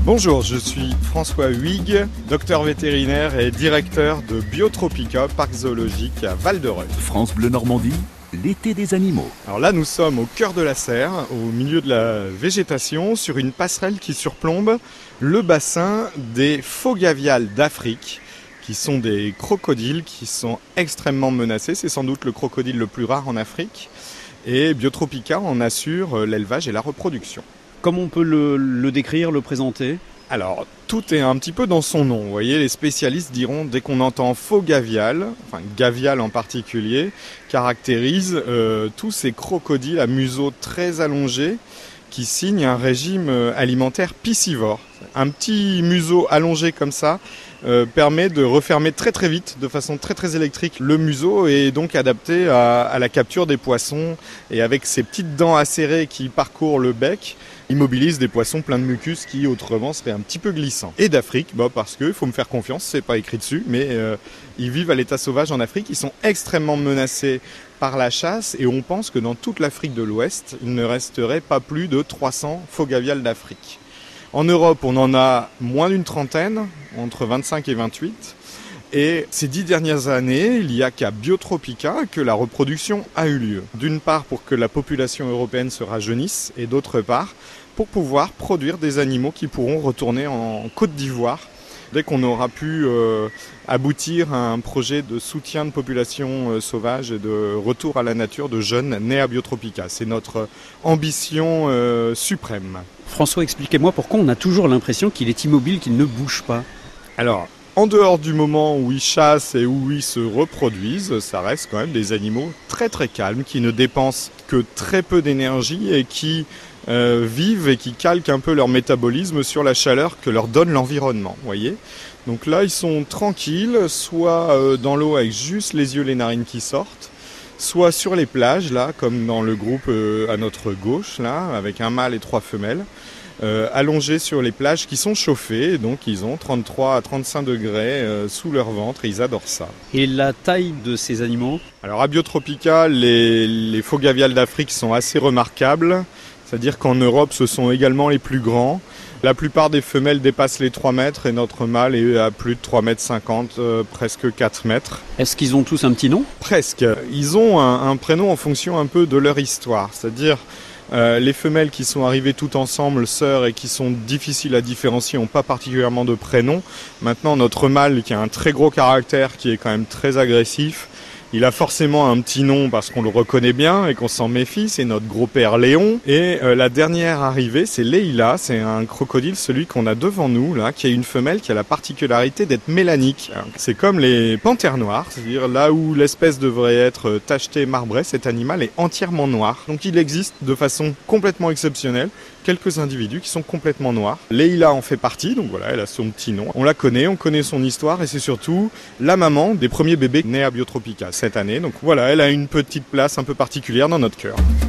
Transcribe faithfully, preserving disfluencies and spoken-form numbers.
Bonjour, je suis François Huyghe, docteur vétérinaire et directeur de Biotropica, parc zoologique à Val-de-Reuil. France Bleu Normandie, l'été des animaux. Alors là, nous sommes au cœur de la serre, au milieu de la végétation, sur une passerelle qui surplombe le bassin des Phogaviales d'Afrique, qui sont des crocodiles qui sont extrêmement menacés. C'est sans doute le crocodile le plus rare en Afrique. Et Biotropica en assure l'élevage et la reproduction. Comment on peut le, le décrire, le présenter ? Alors, tout est un petit peu dans son nom. Vous voyez, les spécialistes diront, dès qu'on entend Phogavial, enfin Gavial en particulier, caractérise euh, tous ces crocodiles à museau très allongé qui signent un régime alimentaire piscivore. Un petit museau allongé comme ça euh, permet de refermer très très vite, de façon très très électrique, le museau est donc adapté à, à la capture des poissons, et avec ces petites dents acérées qui parcourent le bec, immobilise des poissons pleins de mucus qui autrement seraient un petit peu glissants. Et d'Afrique, bah parce que, faut me faire confiance, c'est pas écrit dessus, mais euh, ils vivent à l'état sauvage en Afrique, ils sont extrêmement menacés par la chasse, et on pense que dans toute l'Afrique de l'Ouest, il ne resterait pas plus de trois cents Phogaviales d'Afrique. En Europe, on en a moins d'une trentaine, entre vingt-cinq et vingt-huit. Et ces dix dernières années, il n'y a qu'à Biotropica que la reproduction a eu lieu. D'une part pour que la population européenne se rajeunisse, et d'autre part pour pouvoir produire des animaux qui pourront retourner en Côte d'Ivoire dès qu'on aura pu euh, aboutir à un projet de soutien de population euh, sauvage et de retour à la nature de jeunes nés à Biotropica. C'est notre ambition euh, suprême. François, expliquez-moi pourquoi on a toujours l'impression qu'il est immobile, qu'il ne bouge pas. Alors, en dehors du moment où ils chassent et où ils se reproduisent, ça reste quand même des animaux très très calmes, qui ne dépensent que très peu d'énergie et qui euh, vivent et qui calquent un peu leur métabolisme sur la chaleur que leur donne l'environnement, vous voyez. Donc là, ils sont tranquilles, soit euh, dans l'eau avec juste les yeux, les narines qui sortent, soit sur les plages, là, comme dans le groupe euh, à notre gauche, là, avec un mâle et trois femelles. Euh, allongés sur les plages qui sont chauffées, donc ils ont trente-trois à trente-cinq degrés euh, sous leur ventre et ils adorent ça. Et la taille de ces animaux ? Alors à Biotropica, les, les Phogaviales d'Afrique sont assez remarquables, c'est-à-dire qu'en Europe ce sont également les plus grands. La plupart des femelles dépassent les trois mètres et notre mâle est à plus de trois mètres cinquante, euh, presque quatre mètres. Est-ce qu'ils ont tous un petit nom ? Presque. Ils ont un, un prénom en fonction un peu de leur histoire, c'est-à-dire Euh, les femelles qui sont arrivées toutes ensemble, sœurs, et qui sont difficiles à différencier, n'ont pas particulièrement de prénom. Maintenant, notre mâle, qui a un très gros caractère, qui est quand même très agressif, il a forcément un petit nom parce qu'on le reconnaît bien et qu'on s'en méfie, c'est notre gros père Léon. Et euh, la dernière arrivée, c'est Leïla, c'est un crocodile, celui qu'on a devant nous, là, qui est une femelle qui a la particularité d'être mélanique. Alors, c'est comme les panthères noires, c'est-à-dire là où l'espèce devrait être tachetée, marbrée, cet animal est entièrement noir. Donc il existe de façon complètement exceptionnelle quelques individus qui sont complètement noirs. Leïla en fait partie, donc voilà, elle a son petit nom. On la connaît, on connaît son histoire et c'est surtout la maman des premiers bébés nés à Biotropica cette année. Donc voilà, elle a une petite place un peu particulière dans notre cœur.